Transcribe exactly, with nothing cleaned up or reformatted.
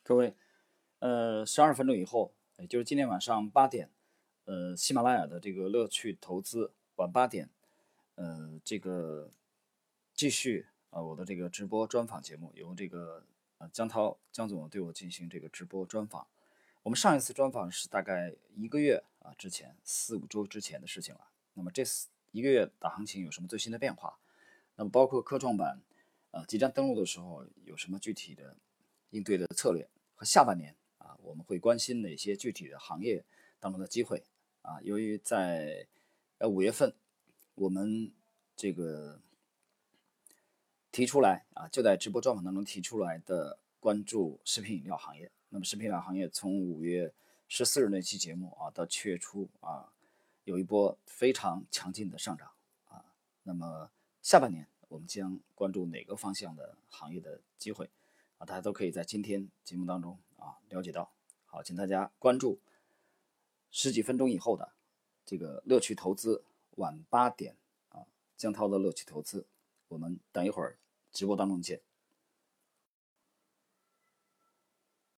各位，呃，十二分钟以后，也就是今天晚上八点，呃，喜马拉雅的这个乐趣投资晚八点，呃，这个继续啊、呃我的这个直播专访节目，由这个呃江涛江总对我进行这个直播专访。我们上一次专访是大概一个月啊之前，四五周之前的事情了。那么这四一个月大行情有什么最新的变化？那么包括科创板，呃，即将登陆的时候有什么具体的应对的策略？和下半年啊，我们会关心哪些具体的行业当中的机会啊？由于在呃五月份，我们这个提出来啊，就在直播专访当中提出来的关注食品饮料行业。那么食品饮料行业从五月十四日那期节目啊到七月初啊，有一波非常强劲的上涨啊。那么下半年我们将关注哪个方向的行业的机会啊？大家都可以在今天节目当中啊了解到。好，请大家关注十几分钟以后的这个乐趣投资晚八点啊，江涛的乐趣投资，我们等一会儿直播当中见。